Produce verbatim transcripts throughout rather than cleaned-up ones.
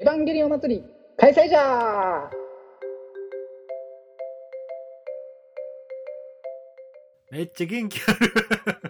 エヴァンゲリオン祭り開催じゃー。 めっちゃ元気ある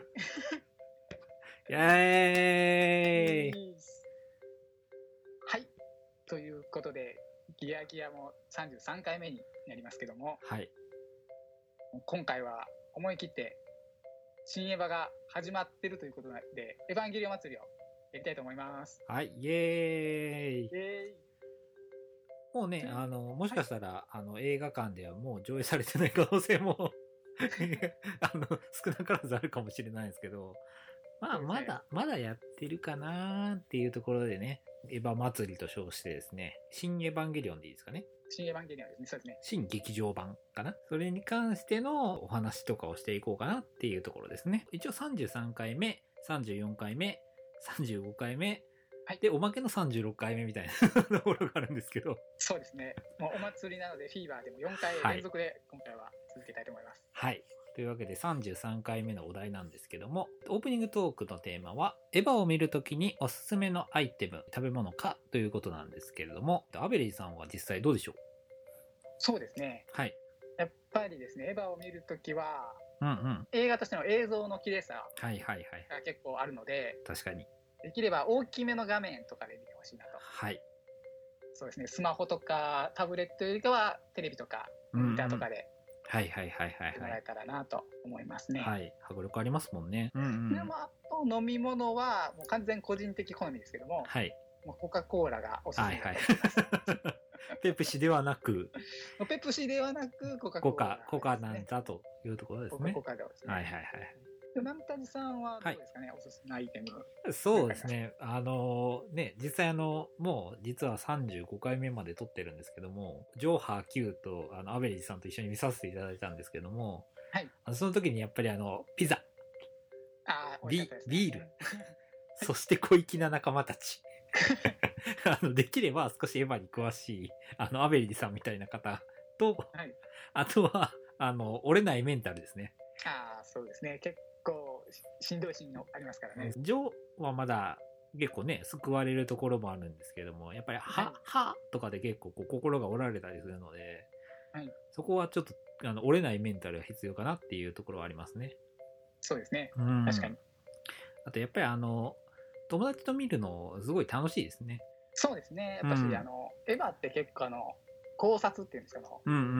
イエーイ。 はい、ということでギアギアもさんじゅうさんかいめになりますけども、 はい、 今回は思い切って新エヴァが始まってるということでエヴァンゲリオン祭りをやりたいと思います。 はい、イエーイ。 イエーイ。 もうね、あのもしかしたら、はい、あの映画館ではもう上映されてない可能性もあの少なからずあるかもしれないですけど、まあ、ね、まだまだやってるかなっていうところでね、エヴァ祭りと称してですね、新エヴァンゲリオンでいいですかね。 新エヴァンゲリオンですね。そうですね。 新劇場版かな。それに関してのお話とかをしていこうかなっていうところですね。一応さんじゅうさんかいめ、さんじゅうよんかいめ、さんじゅうごかいめ、はい、でおまけのさんじゅうろっかいめみたいなところがあるんですけど、 そうですね。もうお祭りなのでフィーバーでもよんかい連続で今回は続けたいと思います。 はい、はい、というわけでさんじゅうさんかいめのお題なんですけども、オープニングトークのテーマはエヴァを見るときにおすすめのアイテム、食べ物かということなんですけれども、アベリーさんは実際どうでしょう？ そうですね、 はい、 やっぱりですね、エヴァを見るときは、 うんうん、 映画としての映像の綺麗さが結構あるので、はいはいはい、 確かにできれば大きめの画面とかで見てほしいなと。 はい、 そうですね、スマホとかタブレットよりかはテレビとかモニターとかではいはいはいはい見てもらえたらなと思いますね。 はい、迫力ありますもんね。うんうん、 でもあと飲み物はもう完全個人的好みですけども、はい、もうコカ・コーラがおすすめだと思います。はいはいペプシではなくペプシではなくコカ・コカ、コカなんだというところですね。 コカでですね。はいはいはい。ナムタジさんはどうですかね、はい、おすすめアイテム。 そうですね。あのね、実際あの、もう実はさんじゅうごかいめまで撮ってるんですけども、ジョーハー Q とあのアベリーさんと一緒に見させていただいたんですけども、はい、あのその時にやっぱりあの、ピザ、 あビ, ビール、そして小粋な仲間たち。あのできれば少しエヴァに詳しいあのアベリーさんみたいな方と、はい、あとはあの折れないメンタルですね。 ああ、そうですね。結構しんどいシーンのありますからね。 ジョーはまだ結構ね救われるところもあるんですけども、やっぱりは、はい、はとかで結構こう心が折られたりするので、はい、そこはちょっとあの折れないメンタルが必要かなっていうところはありますね。 そうですね。うん、確かに。 あとやっぱりあの友達と見るのすごい楽しいですね。 そうですね。やっぱし、うん、あのエヴァって結構あの考察っていうんですか、 うんうんうん、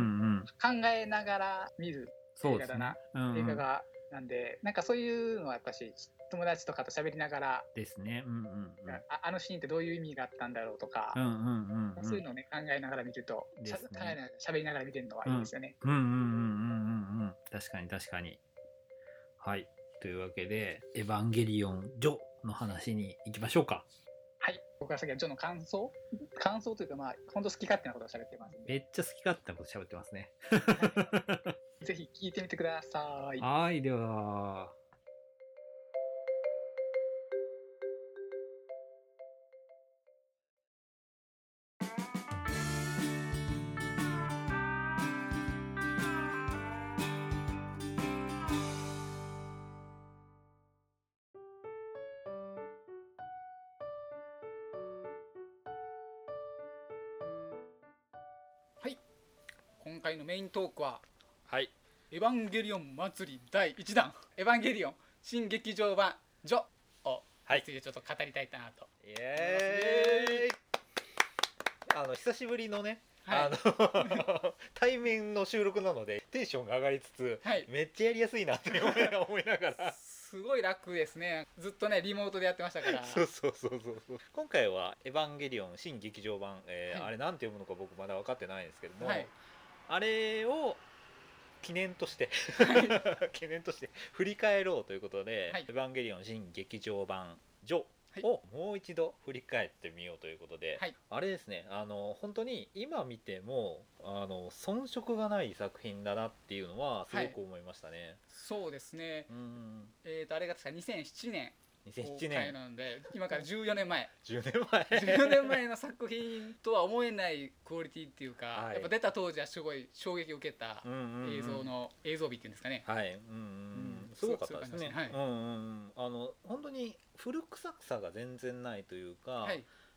考えながら見る映画だな、ね、うんうん、映画がなんで、なんかそういうのはやっぱし友達とかと喋りながらですね、うんうんうん、 あ, あのシーンってどういう意味があったんだろうとか、 うんうんうんうん、 そういうのをね考えながら見ると、ね、考えながら喋りながら見てるのはいいですよね。 うんうんうんうんうんうん、確かに確かに。はい、というわけでエヴァンゲリオンジョの話に行きましょうか。 はい、僕は先はジョの感想感想というか、まあ本当好き勝手なことを喋ってます。 めっちゃ好き勝手なこと喋ってますね。 はい、ぜひ聞いてみてください。 はい、では。 はい、今回のメイントークは、 はい、 エヴァンゲリオン祭りだいいちだんエヴァンゲリオン新劇場版ジョをについてちょっと語りたいなと、 はい、イエーイ。あの久しぶりのね、はい、あの対面の収録なのでテンションが上がりつつ、はい、めっちゃやりやすいなって思いながらすごい楽ですね。ずっとねリモートでやってましたから。 そうそうそうそうそう。今回はエヴァンゲリオン新劇場版、えーはい、あれなんて読むのか僕まだ分かってないんですけども、はい、あれを記念として、はい、記念として振り返ろうということで、はい、エヴァンゲリオン新劇場版ジョをもう一度振り返ってみようということで、はい、あれですね、あの本当に今見てもあの遜色がない作品だなっていうのはすごく思いましたね。はい、 そうですね。うん、えーとあれが確かにせんななねんにせんななねんなので今からじゅうよねんまえじゅうねんまえじゅうよねんまえの作品とは思えないクオリティっていうか、はい、やっぱ出た当時はすごい衝撃を受けた映像の、うんうんうん、映像美っていうんですかね。 はい、うんうん、すごかったですね。はい、うんうん、あの本当に古臭さが全然ないというか、はい、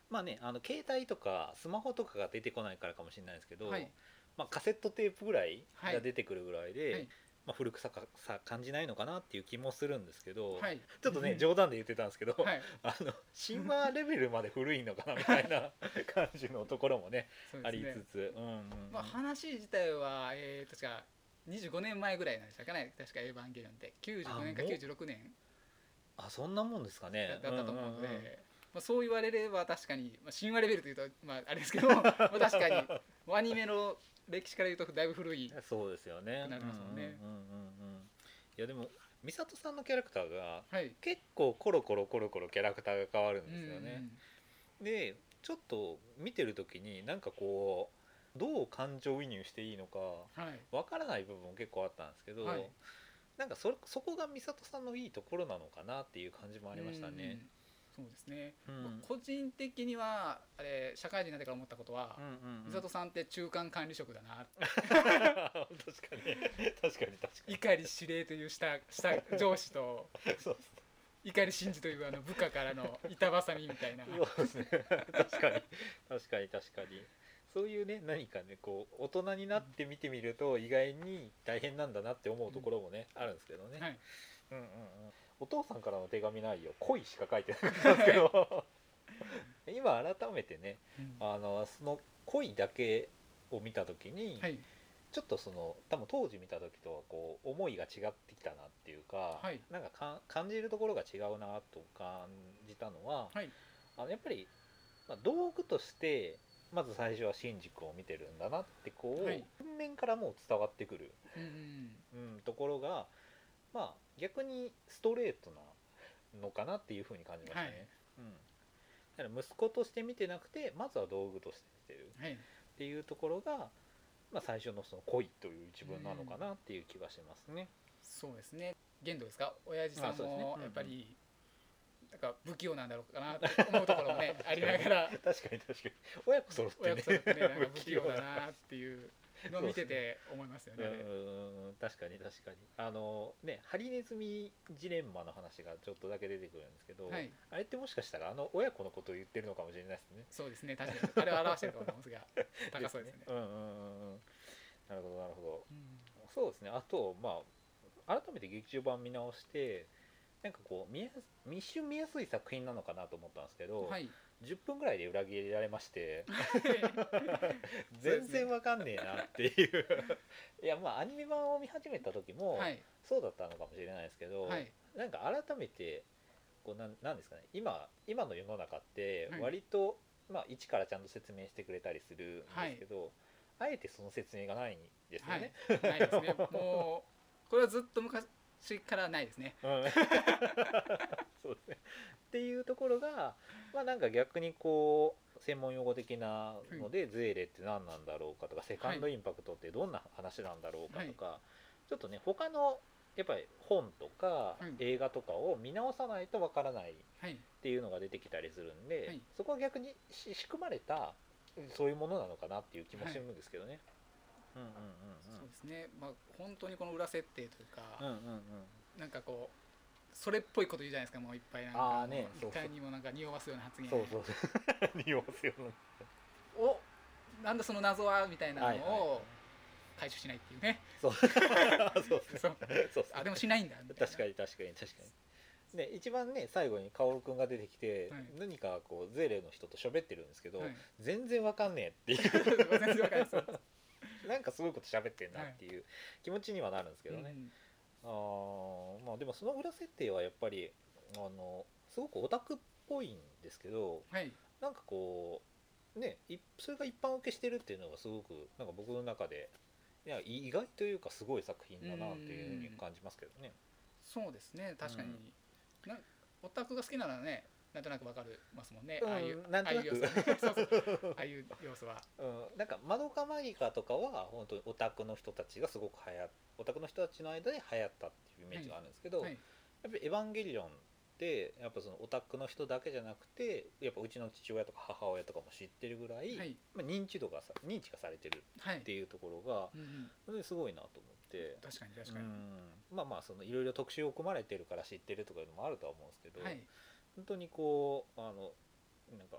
まあね、あの携帯とかスマホとかが出てこないからかもしれないですけど、 はいまあ、カセットテープぐらいはいが出てくるぐらいで、 はいまあ、古くさかさ感じないのかなっていう気もするんですけど、 はいちょっとね冗談で言ってたんですけど、 はいあの神話レベルまで古いのかなみたいな感じのところもねそうですねありつつ、うんうんうんまあ、話自体は、えー、確かにじゅうごねんまえぐらいなんでしたかね、確かエヴァンゲリオンってきゅうじゅうごねんかあもうきゅうじゅうろくねんあそんなもんですかね。 だったと思うので、 んんんまあ、そう言われれば確かに、まあ、神話レベルというと、まあ、あれですけどまあ確かにアニメの歴史から言うとだいぶ古い。 そうですよね。 なりますもんねうんうんうんうんうんいやでも美里さんのキャラクターがはい結構コロコロコロコロキャラクターが変わるんですよね。でちょっと見てる時になんかこうどう感情移入していいのかはいわからない部分も結構あったんですけど、 はいなんかそそこが美里さんのいいところなのかなっていう感じもありましたね。 うんそうですね、 うんまあ個人的にはあれ社会人になってから思ったことは、 うんうんうん美里さんって中間管理職だな、 確かに確かに確かに碇司令という下下上司とそう碇シンジというあの部下からの板挟みみたいなそうですね確かに確かに確かにそういうね何かねこう大人になって見てみると意外に大変なんだなって思うところもね、うん、あるんですけどね、 はいうんうんうん、お父さんからの手紙ないよ恋しか書いてなかったんですけど今改めてねうんあのその恋だけを見た時に、 はいちょっとその多分当時見た時とはこう思いが違ってきたなっていうか、 はいなんかか感じるところが違うなと感じたのは、 はいあのやっぱり、まあ、道具としてまず最初はシンジ君を見てるんだなってこう、 はい文面からもう伝わってくる、 うんうんうん、ところが、まあ、逆にストレートなのかなっていうふうに感じましたね。 はいうん、だから息子として見てなくてまずは道具として見てるはいっていうところが、まあ、最初のその恋という一文なのかなっていう気がしますね。 そうですね、限度ですか、親父さんあそうですねもうんうんやっぱりなんか不器用なんだろうかなって思うところもねありながら確かに確かに親子揃ってね親子そろってねなんか不器用だなっていうのを見てて思いますようね。あれん確かに確かにあのねハリネズミジレンマの話がちょっとだけ出てくるんですけど、 はいあれってもしかしたらあの親子のことを言ってるのかもしれないですね。 そうですね、確かにあれを表してると思いますが高そうですね。 うんうんうんうんなるほどなるほど。 うんそうですね。あとまあ改めて劇場版見直してなんかこう見やす一瞬見やすい作品なのかなと思ったんですけど、 はいじゅっぷんぐらいで裏切られまして全然わかんねえなっていういやまあアニメ版を見始めた時もはいそうだったのかもしれないですけど、 はいなんか改めてこうなんなんですかね今今の世の中ってはい割と、まあ、一からちゃんと説明してくれたりするんですけど、あえてその説明がないんですよはいね。 ないですね、もうこれはずっと昔からないですね。 うんそうですね。っていうところが、まあなんか逆にこう専門用語的なので、ゼーレって何なんだろうかとか、セカンドインパクトってどんな話なんだろうかとか、ちょっとね他のやっぱり本とかはい映画とかを見直さないとわからないっはいていうのが出てきたりするんで、 はいそこは逆にし仕組まれたそういうものなのかなっていう気もするんですけどね。うんうんそうですね、まあ本当にこの裏設定というか、 うんうんうんうんうんなんかこうそれっぽいこと言うじゃないですか、もういっぱいなんかあーねもうそうそういかにもなんか匂わすような発言そうそうそう匂わすようなおなんだその謎はみたいなはいはいのを回収しないっていうね。 そうそうそうそうそうあでもしないんだみたいな。 確かに確かに確かにで一番ね最後に薫君が出てきて、 はい何かこうゼレの人と喋ってるんですけど、 はい全然わかんねえってい全然わかんないです。 うなんかすごいこと喋ってんなっていう気持ちにはなるんですけどね、 うんあーまあでもその裏設定はやっぱりあのすごくオタクっぽいんですけど、 はいなんかこうねいそれが一般受けしてるっていうのがすごくなんか僕の中でいや意外というかすごい作品だなっていうふうに感じますけどね。 そうですね、確かに、 うんなオタクが好きならねなんとなくわかりますもんね、 うんああいうなんとなくああいう要素そうそうああいう要素は。 うん、なんかマドカマギカとかは本当にオタクの人たちがすごく流行っオタクの人たちの間で流行ったっていうイメージがあるんですけど、 はいやっぱり「エヴァンゲリオン」ってやっぱそのオタクの人だけじゃなくてやっぱうちの父親とか母親とかも知ってるぐらい、 はいまあ、認知度がさ認知がされてるはいっていうところがうんうん、 それですごいなと思って。 確かに確うかに、 んまあまあそのいろいろ特集を組まれてるから知ってるとかいうのもあるとは思うんですけど、 はい本当にこうあのなんか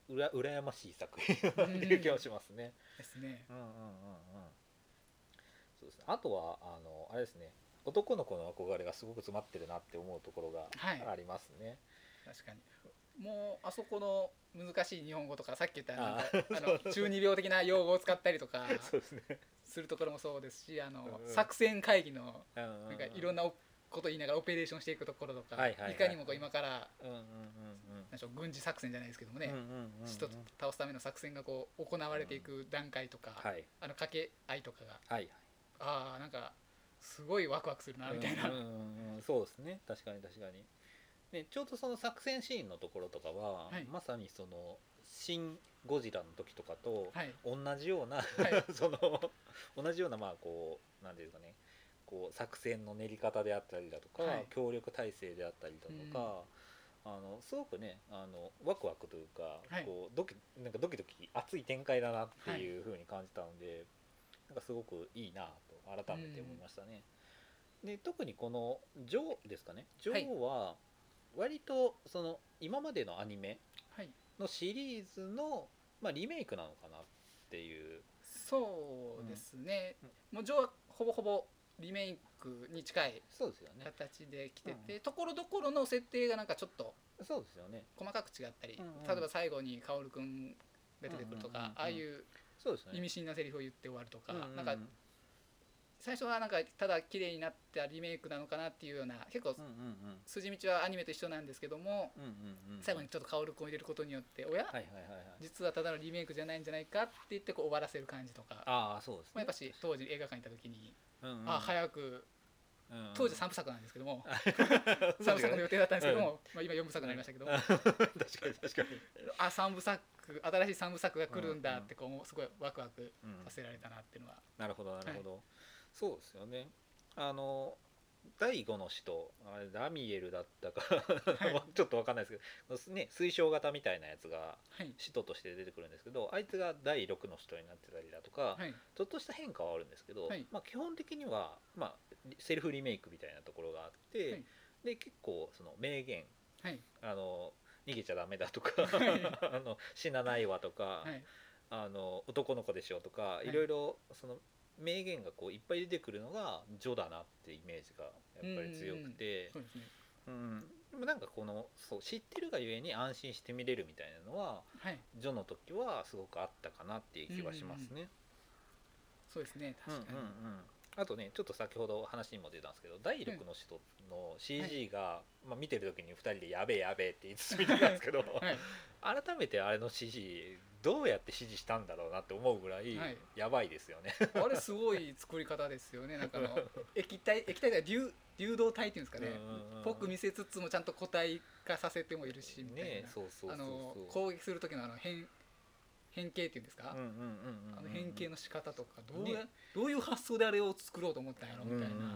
うら羨ましい作品っていう気がしますね。 ですね。 うんうんうんうん。そうですね。あとはあのあれですね。男の子の憧れがすごく詰まってるなって思うところがありますね。 はい、確かに。もうあそこの難しい日本語とかさっき言ったなんかああの中二病的な用語を使ったりとかそうですね。 するところもそうですし、あの、 うん、 作戦会議のうんなんかいろんなこと言いながらオペレーションしていくところとか、 はいはいはいはい、 いかにもこう今からうんうんうんうん、 なんでしょう軍事作戦じゃないですけどもね、 うんうんうんうん、 人と倒すための作戦がこう行われていく段階とか、 うん、はい、 あの掛け合いとかが、 はい、 ああなんかすごいワクワクするなみたいな、 うんうんうん、そうですね、確かに確かに。でちょうどその作戦シーンのところとかは、はい、まさにその新ゴジラの時とかと同じような、はい、その同じようなまあこうなんていうかね、こう作戦の練り方であったりだとか、はい、協力体制であったりだとか、うん、あのすごくねあのワクワクというか、はい、こうドキなんかドキドキ熱い展開だなっていう風に感じたので、はい、なんかすごくいいなと改めて思いましたね。うん、で特にこのジョーですかね、ジョーは割とその今までのアニメのシリーズの、まあ、リメイクなのかなっていう。 そうですね、うん、もうジョーはほぼほぼリメイクに近い形で来てて、ところどころの設定がなんかちょっとそうですよね、 細かく違ったり、 うんうん、 例えば最後に薫くんが出てくるとか、ああいう意味深なセリフを言って終わるとか、なんか最初はなんかただ綺麗になったリメイクなのかなっていうような、結構筋道はアニメと一緒なんですけども、最後にちょっと薫くんを入れることによっておや、実はただのリメイクじゃないんじゃないかって言ってこう終わらせる感じとか、 ああそうですね、 やっぱし当時映画館に行った時に、ああ早く当時さんぶさくなんですけどもさんぶさくの予定だったんですけども、まあ、今よんぶさくになりましたけども確かに確かにあさんぶさく新しいさんぶさくが来るんだってこうすごいワクワクさせられたなっていうのは、 なるほどなるほど、はい、そうですよね。あのだいごの使徒あれラミエルだったかはい、ちょっと分かんないですけど、ね、水晶型みたいなやつが使徒として出てくるんですけど、はい、あいつがだいろくの使徒になってたりだとか、はい、ちょっとした変化はあるんですけど、はい、まあ、基本的には、まあ、セルフリメイクみたいなところがあって、はい、で結構その名言、はい、あの逃げちゃダメだとかあの死なないわとか、はい、あの男の子でしょとか、はい、いろいろその名言がこういっぱい出てくるのがジョだなってイメージがやっぱり強くて、うん、でもなんかこのそう知ってるがゆえに安心して見れるみたいなのは、はい、ジョの時はすごくあったかなっていう気はしますね。うんうん、 そうですね、確かに。うんうんうん、 あとねちょっと先ほど話にも出たんですけどだいろくの使徒の シージー が、はい、まあ、見てる時にふたりでやべえやべえって言いつつ見てたんですけど、はい、改めてあれの シージー どうやって指示したんだろうなって思うぐらいやばいですよね、 はい、あれすごい作り方ですよね。なんかあの液体液体が流流動体っていうんですかね、ぽく見せつつもちゃんと固体化させてもいるしみたいな、ね、そうそうそうそう、あの攻撃する時のあの変変形っていうんですか、あの変形の仕方とかどう、ね、どういう発想であれを作ろうと思ったんやろみたいな、うんうんうん、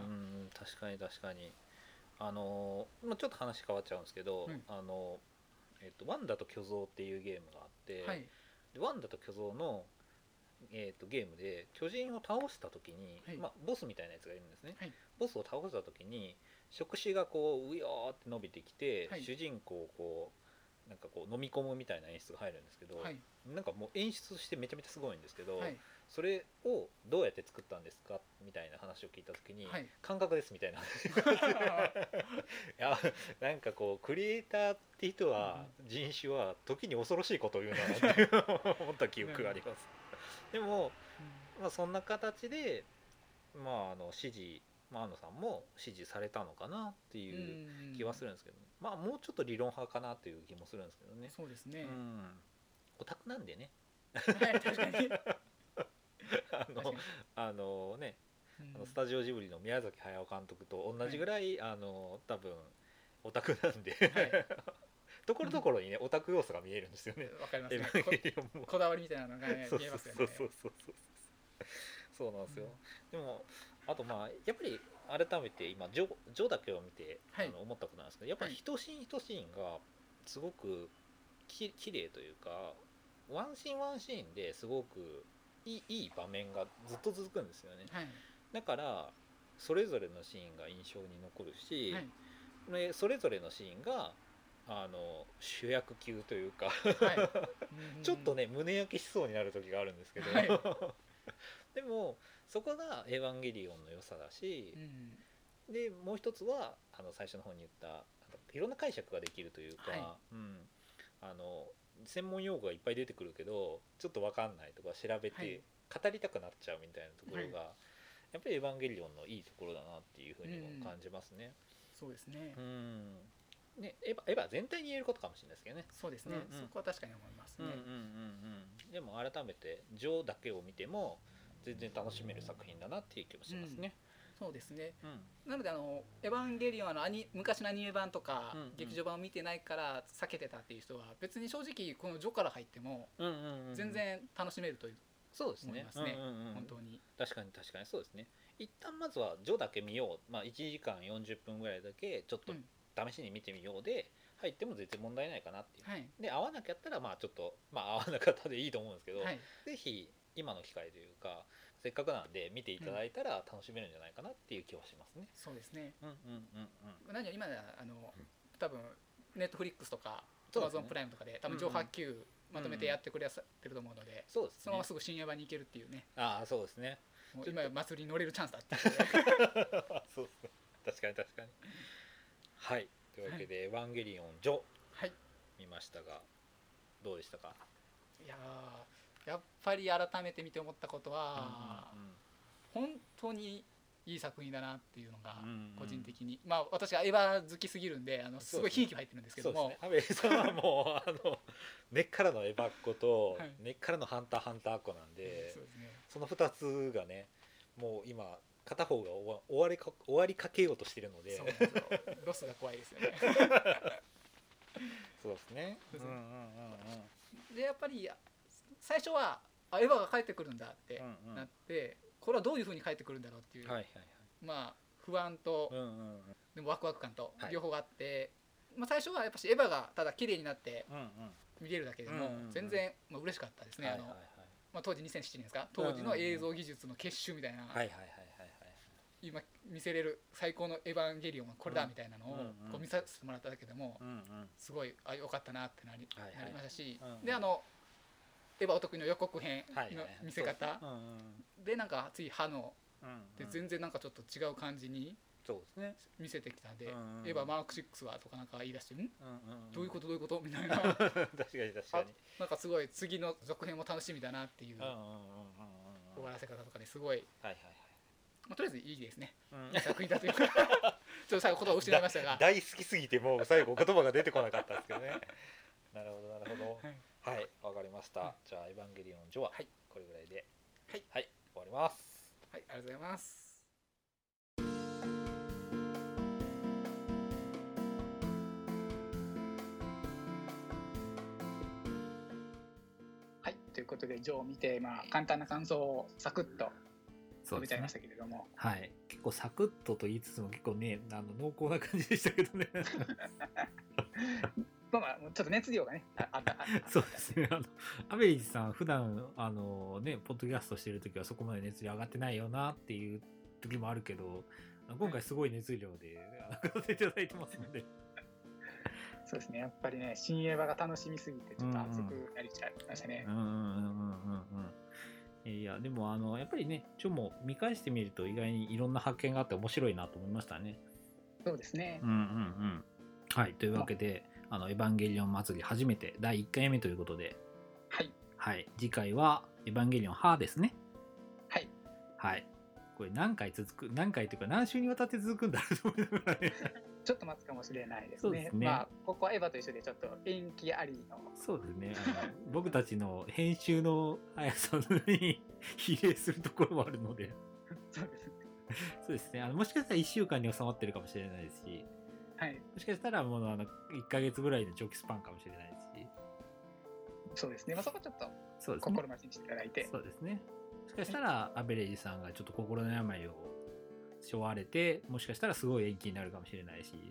確かに確かに。あのまあ、ちょっと話変わっちゃうんですけど、うん、あのえーと、ワンダと巨像っていうゲームがあって、はい、でワンダと巨像の、えーと、ゲームで巨人を倒した時に、はい、まあ、ボスみたいなやつがいるんですね、はい、ボスを倒した時に触手がこううよーって伸びてきて、はい、主人公をこうなんかこう飲み込むみたいな演出が入るんですけど、はい、なんかもう演出してめちゃめちゃすごいんですけど、はい、それをどうやって作ったんですかみたいな話を聞いた時に、はい、感覚ですみたいないやなんかこうクリエイターって人は、うん、人種は時に恐ろしいことを言うなって思った記憶がありますでも、まあ、そんな形で、まあ、あの指示、まあ、安野さんも指示されたのかなっていう気はするんですけど、ね、まあもうちょっと理論派かなという気もするんですけどね。 そうですね、うん、 オタクなんでねはい確かにあのあのね、あのスタジオジブリの宮崎駿監督と同じぐらい、はい、あの多分オタクなんで、はい、ところどころにねオタク要素が見えるんですよね。 わかりますね。こ, こだわりみたいなのが、ね、見えますよね。そうそうそうそうそうなんですよ。うん、でもあとまあやっぱり改めて今ジョジョだけを見て、はい、あの思ったことなんですけど、やっぱり一シーン一シーンがすごくき綺麗というか、ワンシーンワンシーンですごくいい、いい場面がずっと続くんですよね、はい、だからそれぞれのシーンが印象に残るし、はい、でそれぞれのシーンがあの主役級というか、はい、ちょっとね胸焼けしそうになる時があるんですけど、はい、でもそこがエヴァンゲリオンの良さだし、うん、でもう一つはあの最初の方に言ったいろんな解釈ができるというか、はい、うん、あの専門用語がいっぱい出てくるけどちょっと分かんないとか調べて語りたくなっちゃうみたいなところが、はい、やっぱりエヴァンゲリオンのいいところだなっていうふうにも感じますね。うん、 そうですね。 うんね、エヴァ、エヴァ全体に言えることかもしれないですけどね。 そうですね、うんうん、そこは確かに思いますね。うんうんうんうん、でも改めてジョーだけを見ても全然楽しめる作品だなっていう気もしますね。 うん、そうですね、うん、なのであのエヴァンゲリオンのアニ昔のアニメ版とか、うんうん、劇場版を見てないから避けてたっていう人は別に正直このジョから入っても全然楽しめるという、 そうですね、思いますね、うんうんうん、本当に確かに確かにそうですね。一旦まずはジョだけ見よう、まあ、いちじかんよんじゅっぷんぐらいだけちょっと試しに見てみようで、入っても全然問題ないかなっていう、はい、で合わなかったらまあちょっとまあ合わなかったでいいと思うんですけど、はい、ぜひ今の機会というかせっかくなんで見ていただいたら楽しめるんじゃないかなっていう気はしますね。 そうですね。 うんうんうんうん。 何より今あの多分ネットフリックスとかアマゾンプライムとかで多分上波級まとめてやってくれてると思うので、 そうですね、 そのまますぐ深夜版に行けるっていうね。 ああそうですね。 もう今祭りに乗れるチャンスだってそうですね。確かに確かに。はい。というわけで、はい、エヴァンゲリオンジョ、はい、見ましたがどうでしたか。 いややっぱり改めて見て思ったことは、うんうんうん、本当にいい作品だなっていうのが個人的に、うんうん、まあ私はエヴァ好きすぎるんであのすごいひいき入ってるんですけども、 アベイさんはもうあの根っからのエヴァっ子と根っからのハンターハンターっ子なんで、そうですね、そのふたつがねもう今片方が終わりか終わりかけようとしているので、そうそうロスが怖いですよねそうですね。 でやっぱり最初はあエヴァが帰ってくるんだってなって、うんうん、これはどういう風に帰ってくるんだろうっていう、はいはいはい、まあ不安と、うんうんうん、でもワクワク感と両方があって、はい、まあ、最初はやっぱしエヴァがただ綺麗になって見れるだけでも全然、まあ、嬉しかったですね。あの、まあ、当時にせんななねんですか、当時の映像技術の結集みたいな、今見せれる最高のエヴァンゲリオンはこれだみたいなのをこう見させてもらっただけでもすごいあ良かったなってなりましたし、であのエヴァお得意の予告編の見せ方でなんか次歯ので全然なんかちょっと違う感じに見せてきたんで、エヴァマークシックスはとかなんか言い出して、んどういうことどういうことみたいな、確かに確かになんかすごい次の続編も楽しみだなっていう終わらせ方とかですごい、まあ、とりあえずいいですね、いい作品だというかちょっと最後言葉を失いましたが大好きすぎてもう最後言葉が出てこなかったんですけどねなるほどなるほど、はい、わかりました。じゃあエヴァンゲリオンジョはこれぐらいで、はい、はい、終わります。 はい、ありがとうございます。はい、ということでジョーを見て、まあ、簡単な感想をサクッと述べちゃいましたけれども、ね、 はい、結構サクッとと言いつつも結構ねあの濃厚な感じでしたけどねまあまあちょっと熱量がねあったそうですね。あのアベリージさん普段あのねポッドキャストしてる時はそこまで熱量上がってないよなっていう時もあるけど、今回すごい熱量で語っていただいてますのでそうですね、やっぱりね新エヴァが楽しみすぎてちょっと熱くなりちゃいましたね。うんうんうんうんうん。いやでもあのやっぱりねちょも見返してみると意外にいろんな発見があって面白いなと思いましたね。 そうですね。 うんうんうん。はい、というわけであのエヴァンゲリオン祭り初めてだいいっかいめということで、 はい、 はい、次回はエヴァンゲリオンハーですね。 はいはい、これ何回続く何回というか何週にわたって続くんだろうと思いながらねちょっと待つかもしれないですね。そうですね、まあここはエヴァと一緒でちょっと延期ありの。 そうですね、あの僕たちの編集の速さに比例するところもあるのでそうですねそうですね、あのもしかしたらいっしゅうかんに収まってるかもしれないですし、 はい、 もしかしたらもうあのいっかげつぐらいの長期スパンかもしれないですし、 そうですね、まあ、そこはちょっと心待ちにしていただいて、 そうですね、もしかしたらアベレージさんがちょっと心の病を背負われてもしかしたらすごい延期になるかもしれないし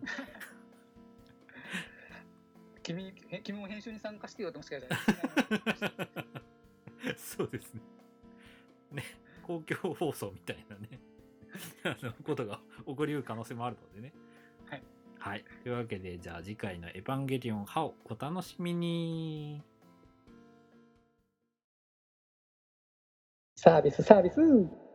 君, 君も編集に参加してよってもしかしたらそうですねね、公共放送みたいなねあのことが起こりうる可能性もあるのでね、 はい、 はい、というわけでじゃあ次回のエヴァンゲリオン派をお楽しみに。 サービスサービス。